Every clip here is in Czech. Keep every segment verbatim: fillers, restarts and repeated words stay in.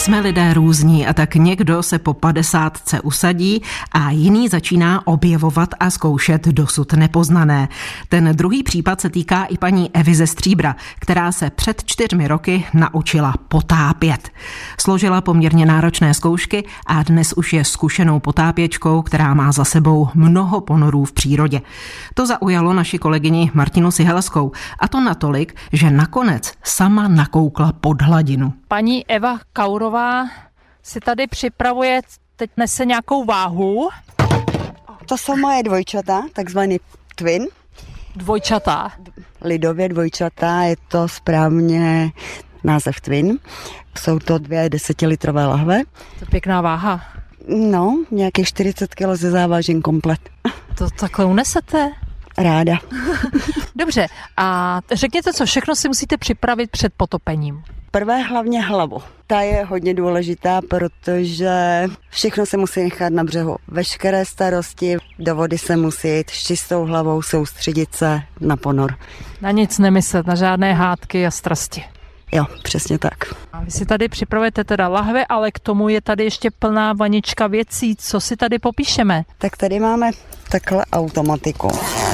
Jsme lidé různí a tak někdo se po padesátce usadí a jiný začíná objevovat a zkoušet dosud nepoznané. Ten druhý případ se týká i paní Evy ze Stříbra, která se před čtyřmi roky naučila potápět. Složila poměrně náročné zkoušky a dnes už je zkušenou potápěčkou, která má za sebou mnoho ponorů v přírodě. To zaujalo naši kolegyni Martinu Sihelskou, a to natolik, že nakonec sama nakoukla pod hladinu. Paní Eva Kaurová si tady připravuje, teď nese nějakou váhu. To jsou moje dvojčata, takzvaný twin. Dvojčata. Lidově dvojčata, je to správně název twin. Jsou to dvě desetilitrové lahve. To je pěkná váha. No, nějakých čtyřicet kilo ze závažím komplet. To takhle unesete? Ráda. Dobře, a řekněte, co všechno si musíte připravit před potopením. Prvé hlavně hlavu. Ta je hodně důležitá, protože všechno se musí nechat na břehu. Veškeré starosti, do vody se musí jít s čistou hlavou, soustředit se na ponor. Na nic nemyslet, na žádné hádky a strasti. Jo, přesně tak. A vy si tady připravujete teda lahve, ale k tomu je tady ještě plná vanička věcí. Co si tady popíšeme? Tak tady máme takhle automatiku.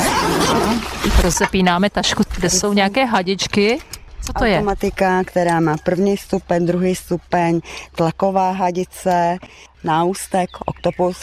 Rozepínáme tašku, kde jsou nějaké hadičky. Co to je? Automatika, která má první stupeň, druhý stupeň, tlaková hadice, náustek, oktopus,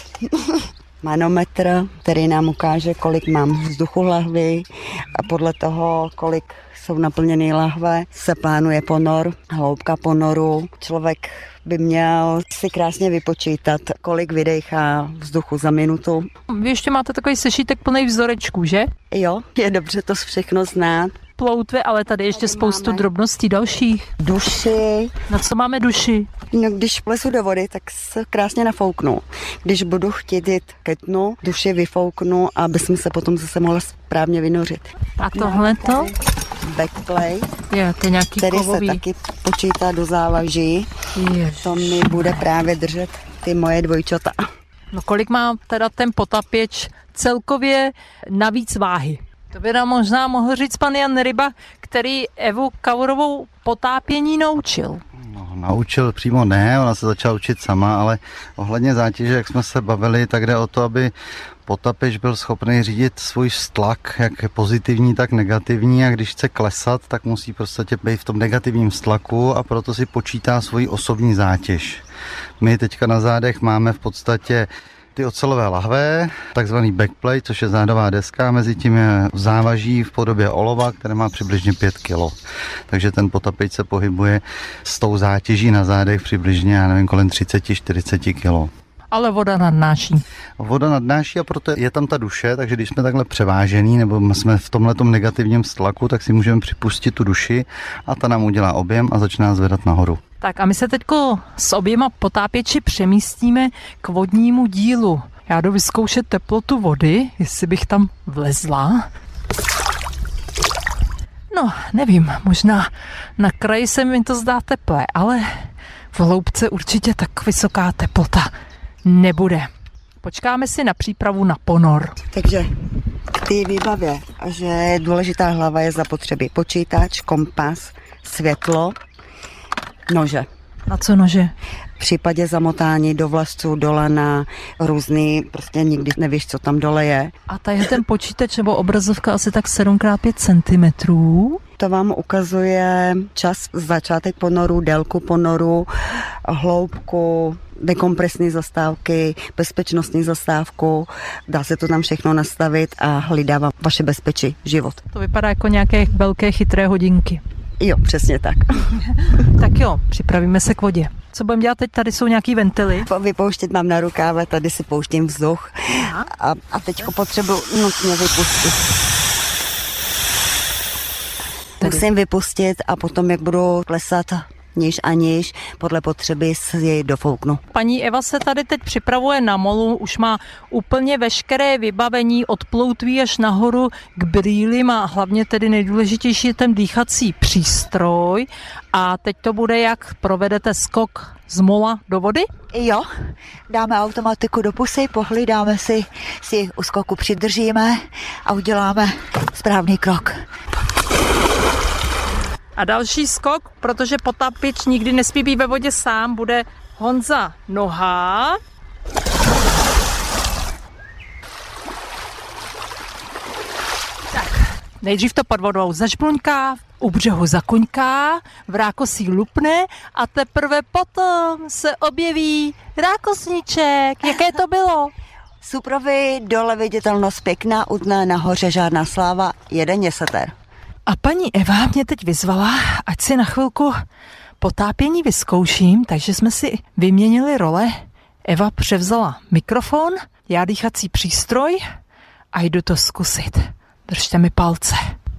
manometr, který nám ukáže, kolik mám vzduchu lahvy a podle toho, kolik jsou naplněné lahve, se plánuje ponor, hloubka ponoru. Člověk by měl si krásně vypočítat, kolik vydechá vzduchu za minutu. Vy ještě máte takový sešítek plný vzorečků, že? Jo, je dobře to všechno znát. Ploutve, ale tady ještě tady spoustu máme drobností dalších. Duši. Na co máme duši? No, když plesu do vody, tak se krásně nafouknu. Když budu chtít jít ke dnu, duši vyfouknu, aby jsme se potom zase mohla správně vynořit. A tohle to? Backplay, je, to je nějaký který kovový. Se taky počítá do závaží. Ježiš. To mi bude právě držet ty moje dvojčata. No kolik má teda ten potapěč celkově navíc váhy? To by nám možná mohl říct pan Jan Ryba, který Evu Kaurovou potápění naučil. No, naučil přímo ne, ona se začala učit sama, ale ohledně zátěže, jak jsme se bavili, tak jde o to, aby potapeč byl schopný řídit svůj stlak, jak pozitivní, tak negativní, a když chce klesat, tak musí prostě být v tom negativním stlaku a proto si počítá svoji osobní zátěž. My teďka na zádech máme v podstatě ty ocelové lahve, takzvaný backplay, což je zádová deska, mezi tím je závaží v podobě olova, které má přibližně pět kilo. Takže ten potapeč se pohybuje s tou zátěží na zádech přibližně, já nevím, kolem třicet až čtyřicet kilo. Ale voda nadnáší. Voda nadnáší a proto je tam ta duše, takže když jsme takhle převážený nebo jsme v tomhletom negativním stlaku, tak si můžeme připustit tu duši a ta nám udělá objem a začne nás zvedat nahoru. Tak a my se teďko s oběma potápěči přemístíme k vodnímu dílu. Já jdu vyzkoušet teplotu vody, jestli bych tam vlezla. No, nevím, možná na kraji se mi to zdá teplé, ale v hloubce určitě tak vysoká teplota nebude. Počkáme si na přípravu na ponor. Takže k té výbavě, že důležitá hlava je zapotřebí počítač, kompas, světlo, nože. Na co nože? V případě zamotání do vlasců, do lana, různý, prostě nikdy nevíš, co tam dole je. A tady je ten počítač nebo obrazovka asi tak sedm krát pět centimetrů. To vám ukazuje čas, začátek ponoru, délku ponoru, hloubku, dekompresní zastávky, bezpečnostní zastávku. Dá se to tam všechno nastavit a hlídá vám vaše bezpečí, život. To vypadá jako nějaké velké chytré hodinky. Jo, přesně tak. Tak jo, připravíme se k vodě. Co budeme dělat teď? Tady jsou nějaký ventily. Vypouštět mám na rukáve, tady si pouštím vzduch a, a teďko potřebuji nutně vypustit. Musím vypustit a potom, jak budu klesat níž a níž, podle potřeby si jej dofouknu. Paní Eva se tady teď připravuje na molu, už má úplně veškeré vybavení od ploutví až nahoru k brýlím a hlavně tedy nejdůležitější je ten dýchací přístroj. A teď to bude, jak provedete skok z mola do vody? Jo, dáme automatiku do pusy, pohlídáme si, si u skoku přidržíme a uděláme správný krok. A další skok, protože potápěč nikdy nesmí být ve vodě sám, bude Honza Noha. Tak, nejdřív to pod vodou zažbluňká, u břehu zakuňká, v rákosí lupne a teprve potom se objeví rákosníček. Jaké to bylo? Suprovy, dole viditelnost pěkná, utná, nahoře žádná sláva, jeden jeseter. A paní Eva mě teď vyzvala, ať si na chvilku potápění vyzkouším, takže jsme si vyměnili role. Eva převzala mikrofon, já dýchací přístroj a jdu to zkusit. Držte mi palce.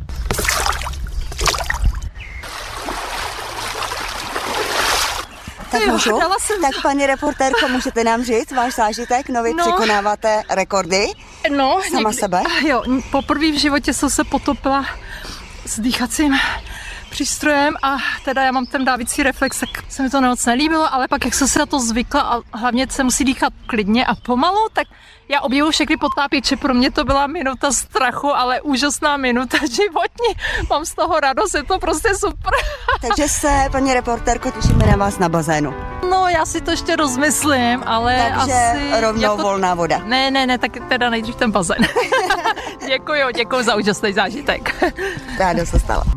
Tak Jo, můžu? dala jsem Tak paní reportérko, můžete nám říct váš zážitek? No vy No. překonáváte rekordy No, sama někdy, sebe? Jo, poprvé v životě jsem se potopila s dýchacím přístrojem a teda já mám ten dávící reflex, tak se mi to moc nelíbilo, ale pak jak jsem se na to zvykla a hlavně se musí dýchat klidně a pomalu, tak já objevuji všechny potápěče. Pro mě to byla minuta strachu, ale úžasná minuta životní. Mám z toho radost, je to prostě super. Takže se, paní reportérko, těšíme na vás na bazénu. No, já si to ještě rozmyslím, ale Takže asi... rovnou jako... volná voda. Ne, ne, ne, tak teda nejdřív ten bazén. Děkuju, děkuju za úžasný zážitek. Ráda se stala.